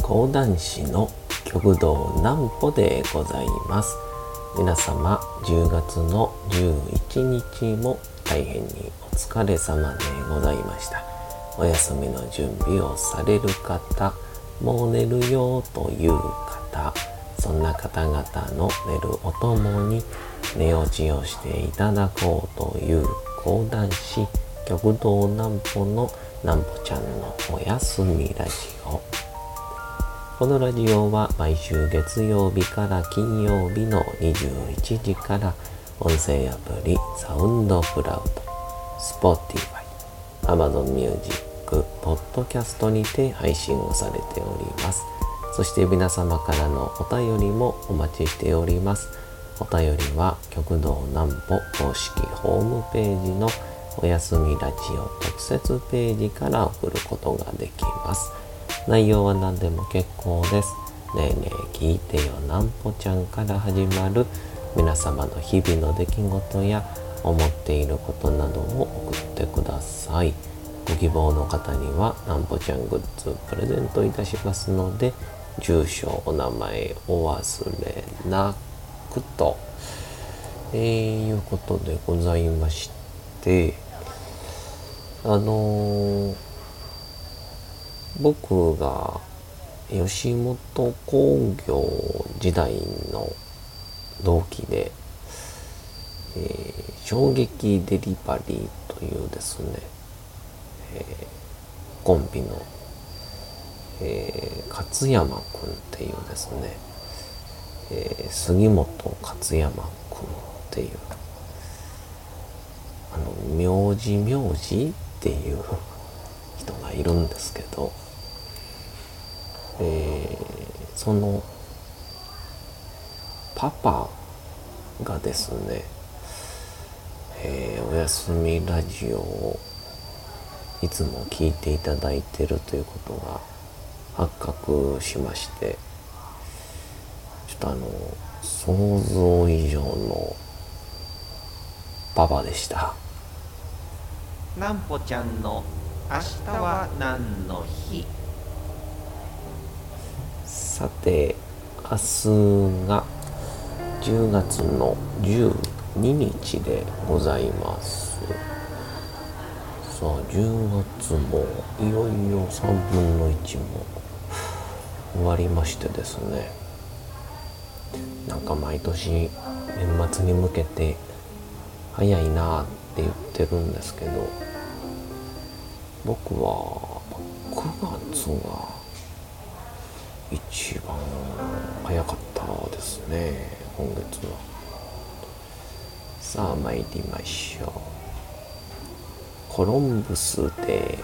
講談師の極道南歩でございます。皆様10月の11日も大変にお疲れ様でございました。お休みの準備をされる方、もう寝るよという方、そんな方々の寝るおともに寝落ちをしていただこうという講談師極道南歩の南歩ちゃんのおやすみラジオ。このラジオは毎週月曜日から金曜日の21時から音声アプリサウンドクラウド、Spotify、Amazon Music、Podcast にて配信をされております。そして皆様からのお便りもお待ちしております。お便りは極道南歩公式ホームページのおやすみラジオ特設ページから送ることができます。内容は何でも結構です。ねえねえ聞いてよ南歩ちゃんから始まる皆様の日々の出来事や思っていることなどを送ってください。ご希望の方には南歩ちゃんグッズプレゼントいたしますので、住所お名前お忘れなくと、いうことでございまして、僕が吉本興業時代の同期で、衝撃デリバリーというですね、コンビの、勝山くんっていうですね、杉本勝山くんっていう名字っていう人がいるんですけど、そのパパがですね、おやすみラジオをいつも聞いていただいているということが発覚しまして、ちょっと想像以上のパパでした。 南歩ちゃんの明日は何の日。 さて、明日が10月の12日でございます。さあ、10月もいよいよ3分の1も終わりましてですね、なんか毎年年末に向けて早いなって言ってるんですけど、僕は9月が一番早かったですね、今月は。さあ参りましょう。コロンブスデ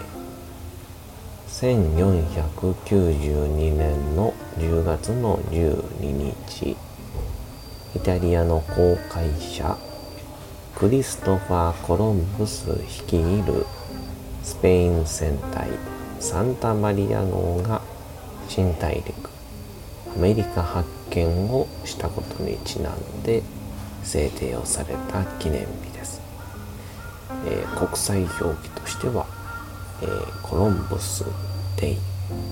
ー、1492年の10月の12日、イタリアの航海者クリストファー・コロンブス率いるスペイン船隊サンタマリア号が新大陸アメリカ発見をしたことにちなんで制定をされた記念日です。国際表記としては、コロンブスデイ。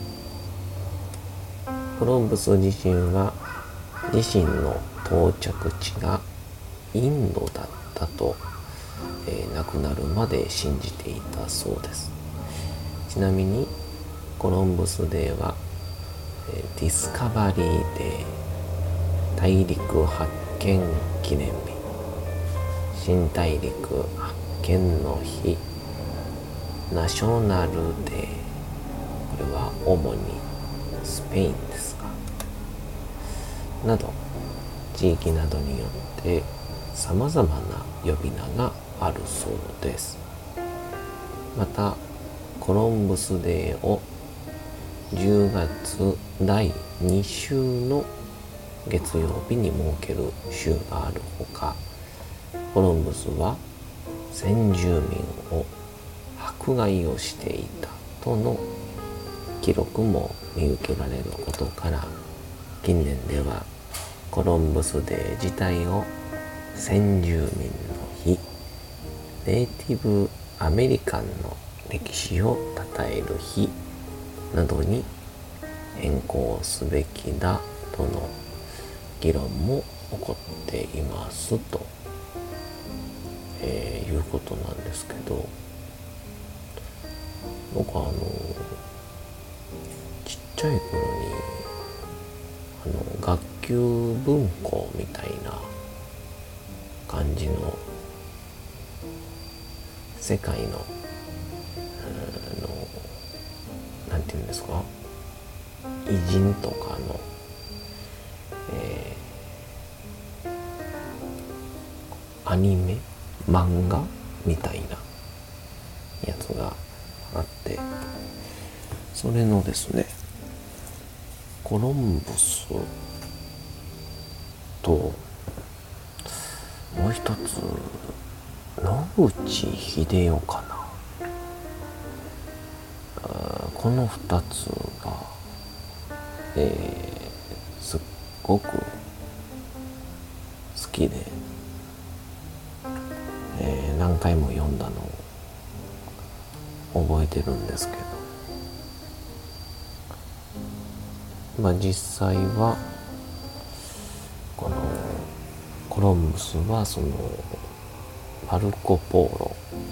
コロンブス自身は自身の到着地がインドだったと、亡くなるまで信じていたそうです。ちなみにコロンブスデーはディスカバリーデー、大陸発見記念日、新大陸発見の日、ナショナルデー、これは主にスペインですが、など地域などによってさまざまな呼び名があるそうです。またコロンブスデーを10月第2週の月曜日に設ける週があるほか、コロンブスは先住民を迫害をしていたとの記録も見受けられることから、近年ではコロンブスデー自体を先住民の日、ネイティブアメリカンの歴史を称える日などに変更すべきだとの議論も起こっていますと、いうことなんですけど、僕はちっちゃい頃に学級文庫みたいな感じの世界のなんていうんですか、偉人とかの、アニメ漫画みたいなやつがあって、それのですね、コロンブスともう一つ野口英世かな、この2つが、すっごく好きで、何回も読んだのを覚えてるんですけど、実際はこのコロンブスはそのマルコ・ポー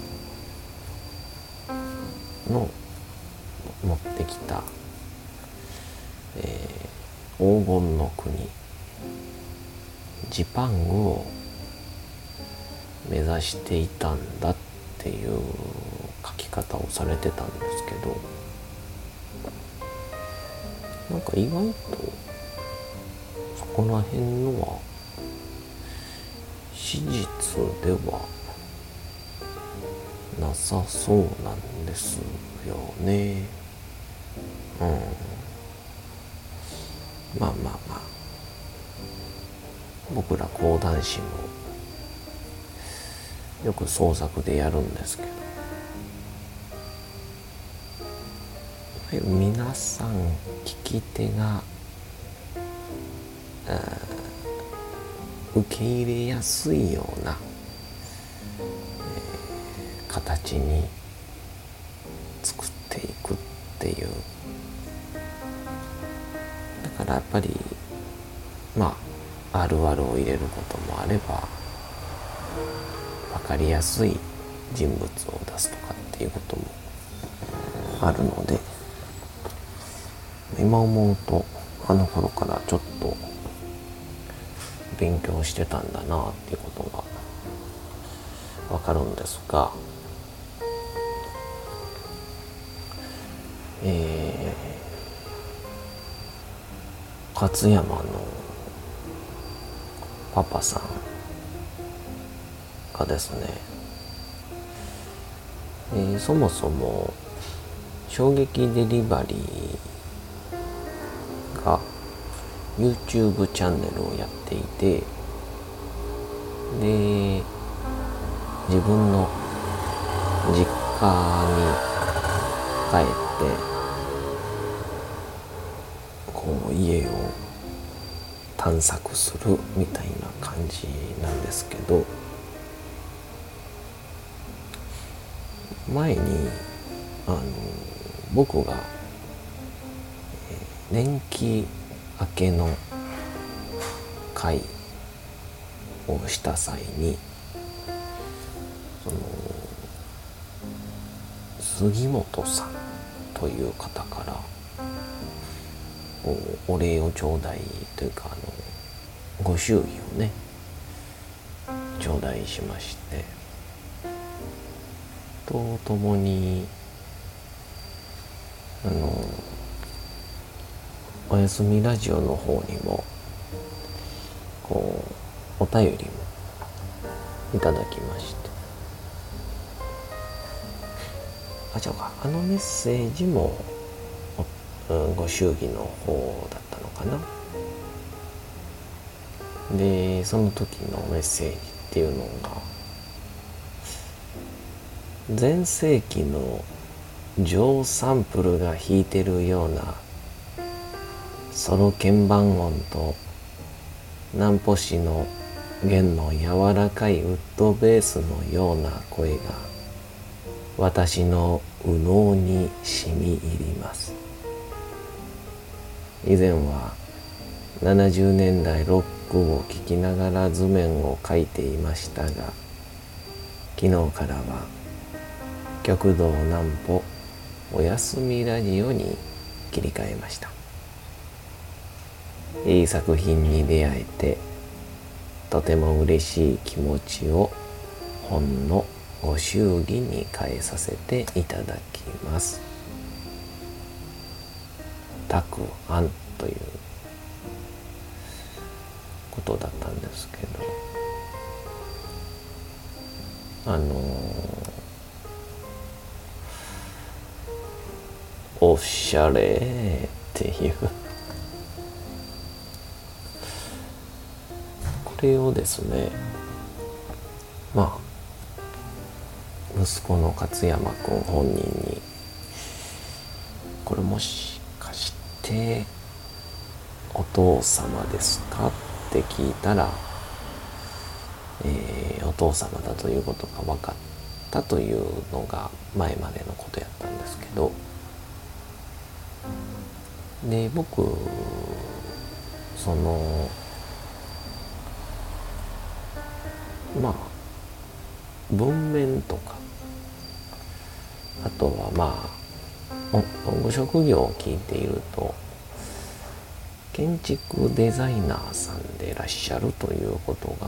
ロの持ってきた、黄金の国ジパングを目指していたんだっていう書き方をされてたんですけど、なんか意外とそこら辺のは史実ではなさそうなんですよね。僕ら講談師もよく創作でやるんですけど、皆さん聞き手が受け入れやすいような、形に作っていくっていう。だからやっぱりあるあるを入れることもあれば、分かりやすい人物を出すとかっていうこともあるので、今思うとあの頃からちょっと勉強してたんだなっていうことが分かるんですが、勝山のパパさんがですね、そもそも衝撃デリバリーが YouTube チャンネルをやっていて、で自分の実家に帰って家を探索するみたいな感じなんですけど、前に僕が年季明けの会をした際に、杉本さんという方からお礼を頂戴というかご祝儀をね頂戴しまして、とともにおやすみラジオの方にもお便りもいただきまして、あのメッセージもご祝儀の方だったのかな。でその時のメッセージっていうのが、前世紀のジョーサンプルが弾いてるようなソロ鍵盤音と南砺市の弦の柔らかいウッドベースのような声が私の右脳に染み入ります。 以前は70年代ロックを聴きながら図面を描いていましたが、昨日からは極道南歩おやすみラジオに切り替えました。いい作品に出会えてとても嬉しい気持ちをほんのご祝儀に変えさせていただきます。たくあんということだったんですけど、おしゃれっていうこれをですね、息子の勝山くん本人に、これもしかしてお父様ですかって聞いたら、お父様だということが分かったというのが前までのことやったんですけど、で僕文面とか、あとはご職業を聞いていると建築デザイナーさんでいらっしゃるということが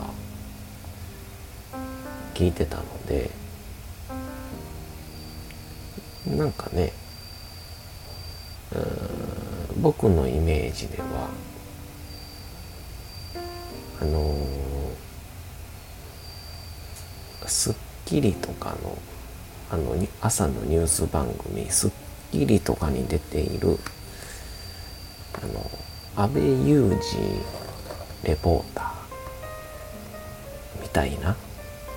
聞いてたので、なんかね、僕のイメージではスッキリとかの朝のニュース番組スッキリとかに出ている安倍裕二レポーターみたいな、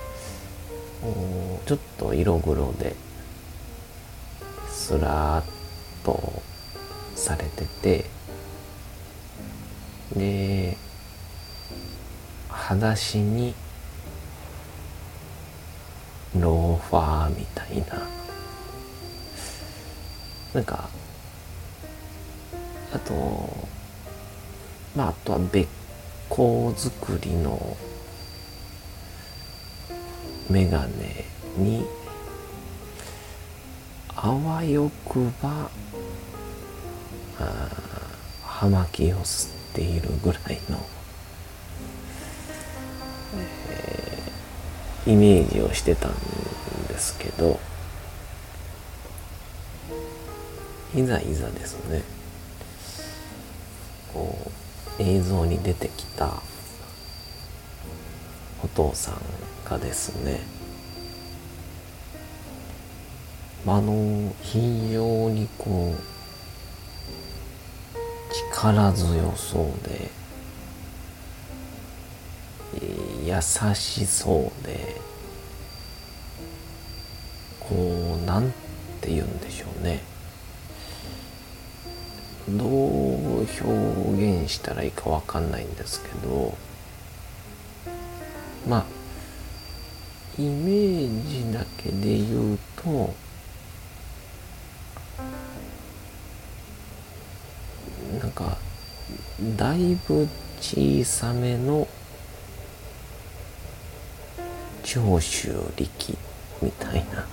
ちょっと色黒でスラーっとされてて、で裸足にローファーみたいな、なんかあとはべっ甲作りのメガネにあわよくば葉巻を吸っているぐらいの、イメージをしてたんですけど、いざですね、映像に出てきたお父さんがですね、非常に力強そうで優しそうで、なんて言うんでしょうね、どう表現したらいいかわかんないんですけど、イメージだけで言うと、なんかだいぶ小さめの長州力みたいな、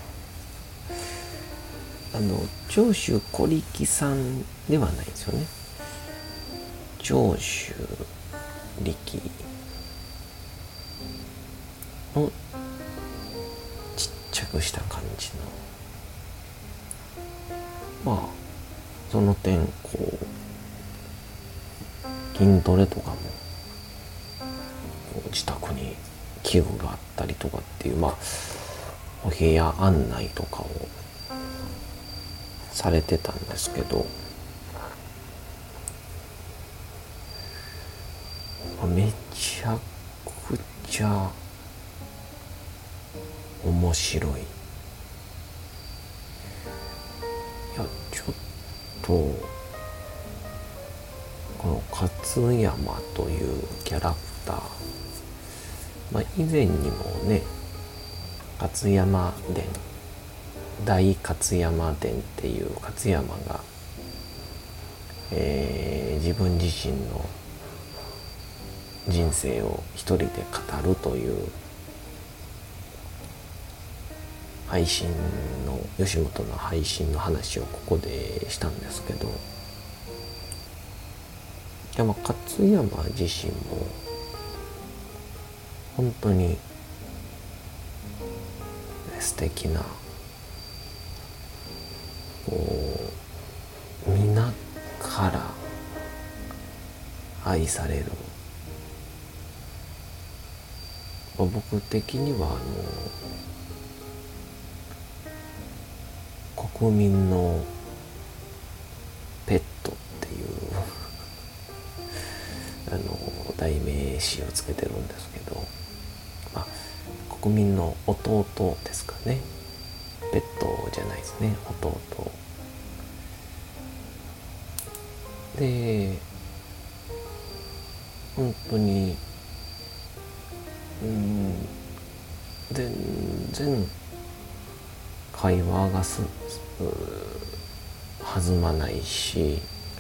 長州小力さんではないですよね。長州力のちっちゃくした感じの、その点筋トレとかも自宅に器具があったりとかっていう、お部屋案内とかをされてたんですけど、めちゃくちゃ面白い。ちょっとこの勝山というキャラクター、以前にもね、勝山伝、大勝山伝っていう勝山が自分自身の人生を一人で語るという配信の吉本の配信の話をここでしたんですけど、勝山自身も本当に素敵な皆から愛される、僕的には国民のペットっていう代名詞をつけてるんですけど、国民の弟ですかね。ペットじゃないですね、弟で、本当に全然会話が弾まないし、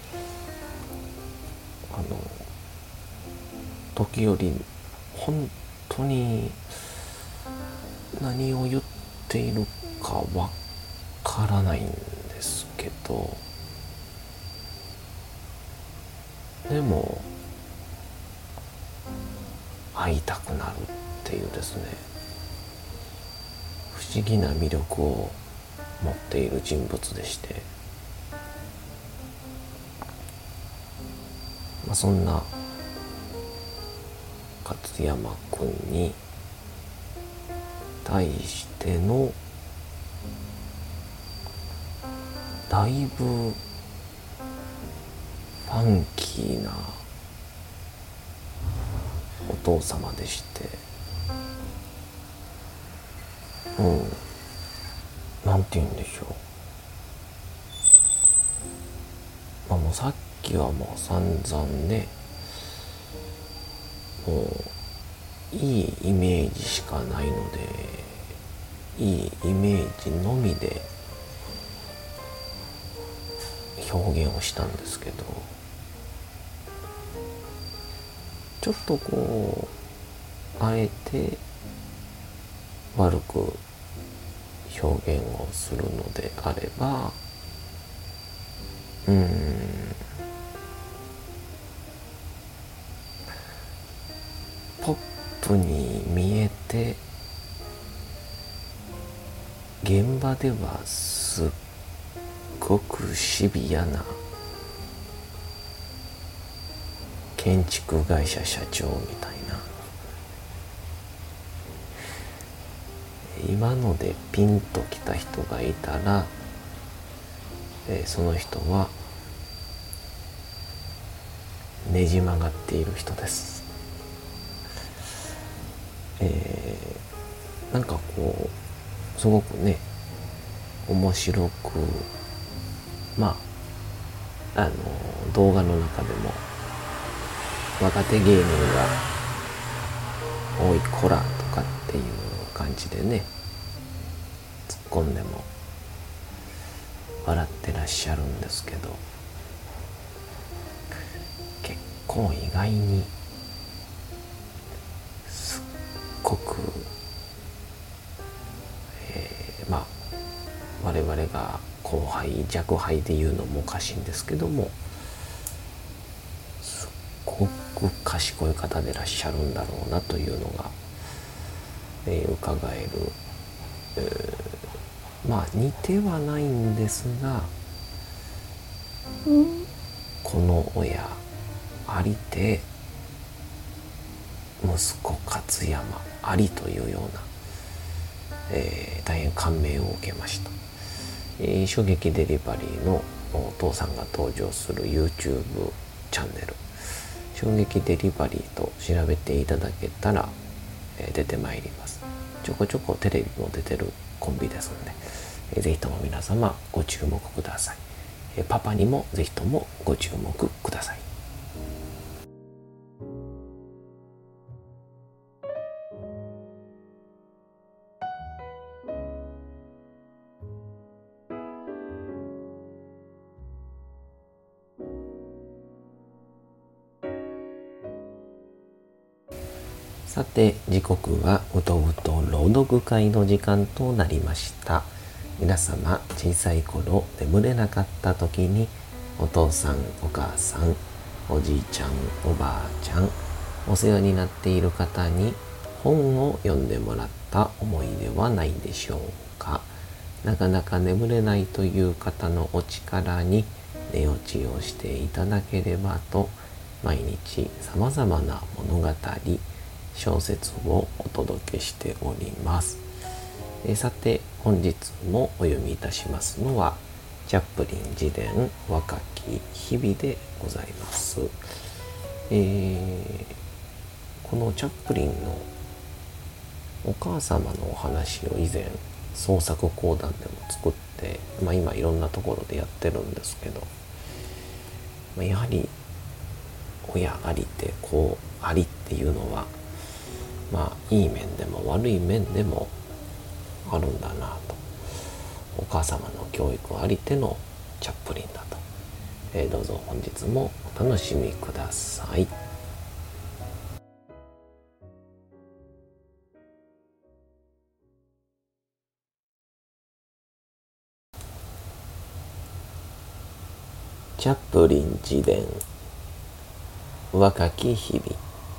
時折本当に何を言っているかわからないんですけど、でも会いたくなるっていうですね、不思議な魅力を持っている人物でして、そんな勝山くんに対してのだいぶファンキーなお父様でして、なんて言うんでしょう、もうさっきはもう散々ね、もういいイメージしかないので、いいイメージのみで表現をしたんですけど、ちょっとあえて悪く表現をするのであれば、ポップに見えて現場ではすっごくシビアな建築会社社長みたいな、今のでピンときた人がいたら、その人はねじ曲がっている人です。なんかすごくね、面白く、動画の中でも若手芸人が多いコラとかっていう感じでね、突っ込んでも笑ってらっしゃるんですけど、結構意外にすっごく、我々が後輩若輩で言うのもおかしいんですけども、すっごく賢い方でいらっしゃるんだろうなというのが、伺える、似てはないんですが、この親ありて息子勝山ありというような、大変感銘を受けました。衝撃デリバリーのお父さんが登場する YouTube チャンネル、衝撃デリバリーと調べていただけたら、出てまいります。ちょこちょこテレビも出てるコンビですので、ぜひとも皆様ご注目ください。パパにもぜひともご注目ください。 さて、時刻はうとうと朗読会の時間となりました。皆様、小さい頃眠れなかった時にお父さん、お母さん、おじいちゃん、おばあちゃん、お世話になっている方に本を読んでもらった思い出はないでしょうか。なかなか眠れないという方のお力に寝落ちをしていただければと、毎日さまざまな物語、小説をお届けしております。さて、本日もお読みいたしますのはチャップリン自伝若き日々でございます。このチャップリンのお母様のお話を以前創作講談でも作って、今いろんなところでやってるんですけど、やはり親ありて子ありっていうのはいい面でも悪い面でもあるんだなと。お母様の教育ありてのチャップリンだと。どうぞ本日もお楽しみください。チャップリン自伝若き日々。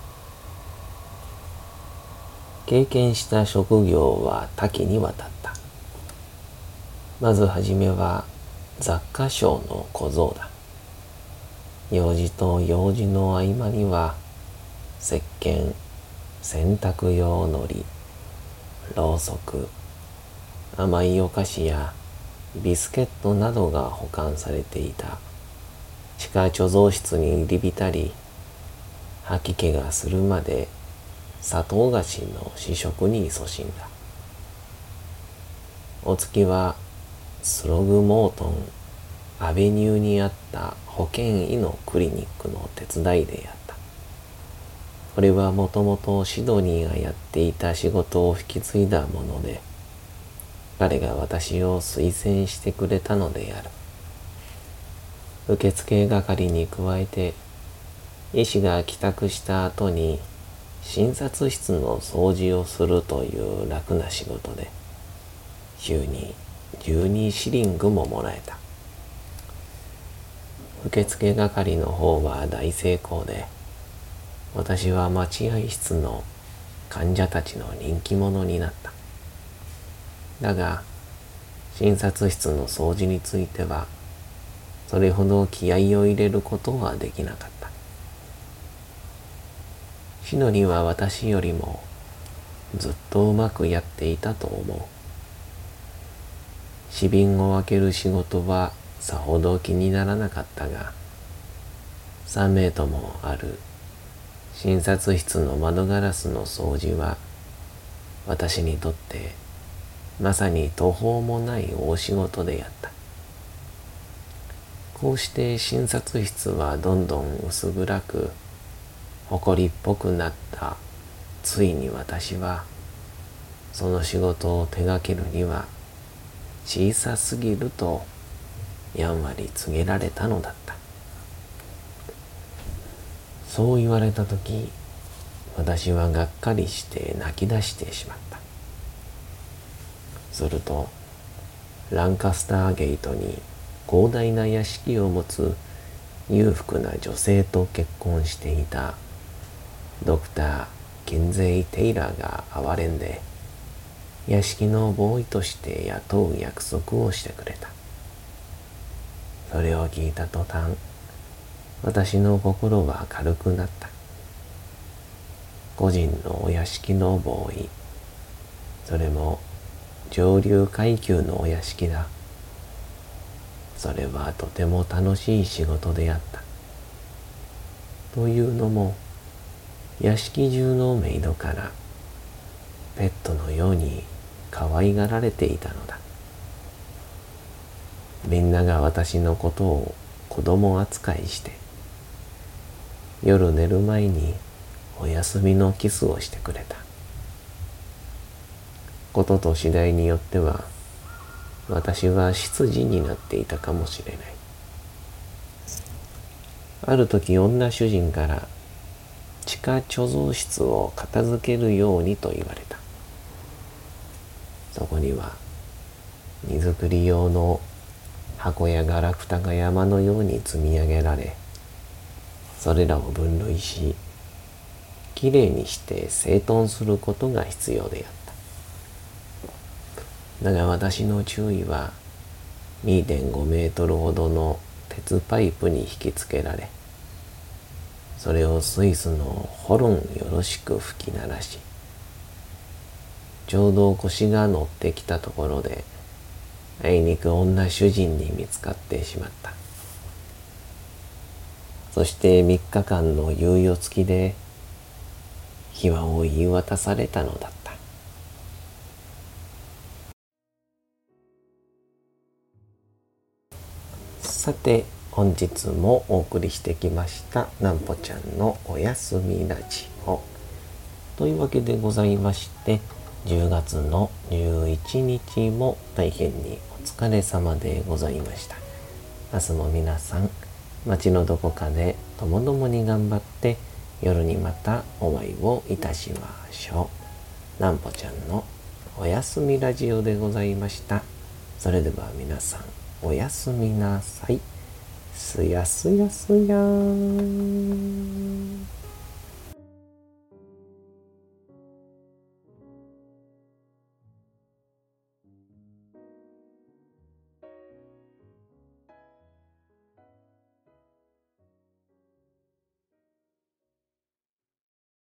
経験した職業は多岐にわたった。まずはじめは雑貨商の小僧だ。用事と用事の合間には石鹸、洗濯用のり、ろうそく、甘いお菓子やビスケットなどが保管されていた。地下貯蔵室に入り浸り、吐き気がするまで砂糖菓子の試食に勤しんだ。お月はスログモートンアベニューにあった保健医のクリニックの手伝いでやった。俺はもともとシドニーがやっていた仕事を引き継いだもので、彼が私を推薦してくれたのである。受付係に加えて、医師が帰宅した後に診察室の掃除をするという楽な仕事で、週に12シリングももらえた。受付係の方は大成功で、私は待合室の患者たちの人気者になった。だが、診察室の掃除については、それほど気合を入れることはできなかった。シノリは私よりもずっとうまくやっていたと思う。紙瓶を開ける仕事はさほど気にならなかったが、3名ともある診察室の窓ガラスの掃除は、私にとってまさに途方もない大仕事であった。こうして診察室はどんどん薄暗く、埃っぽくなった。ついに私は、その仕事を手がけるには小さすぎるとやんわり告げられたのだった。そう言われたとき、私はがっかりして泣き出してしまった。すると、ランカスターゲートに広大な屋敷を持つ裕福な女性と結婚していたドクター・キンゼイ・テイラーが哀れんで、屋敷のボーイとして雇う約束をしてくれた。それを聞いた途端、私の心は軽くなった。個人のお屋敷のボーイ、それも上流階級のお屋敷だ。それはとても楽しい仕事であった。というのも、屋敷中のメイドからペットのように可愛がられていたのだ。みんなが私のことを子供扱いして、夜寝る前にお休みのキスをしてくれた。ことと次第によっては、私は執事になっていたかもしれない。ある時、女主人から、近地下貯蔵室を片付けるようにと言われた。そこには荷造り用の箱やガラクタが山のように積み上げられ、それらを分類し、きれいにして整頓することが必要であった。だが私の注意は 2.5 メートルほどの鉄パイプに引きつけられ、それをスイスのホルンよろしく吹き鳴らし、ちょうど腰が乗ってきたところで、あいにく女主人に見つかってしまった。そして3日間の猶予付きで秘話を言い渡されたのだった。さて本日もお送りしてきましたなんぽちゃんのおやすみラジオというわけでございまして、10月の11日も大変にお疲れ様でございました。明日も皆さん街のどこかでともどもに頑張って夜にまたお会いをいたしましょう。なんぽちゃんのおやすみラジオでございました。それでは皆さんおやすみなさい。すやすやすやーん。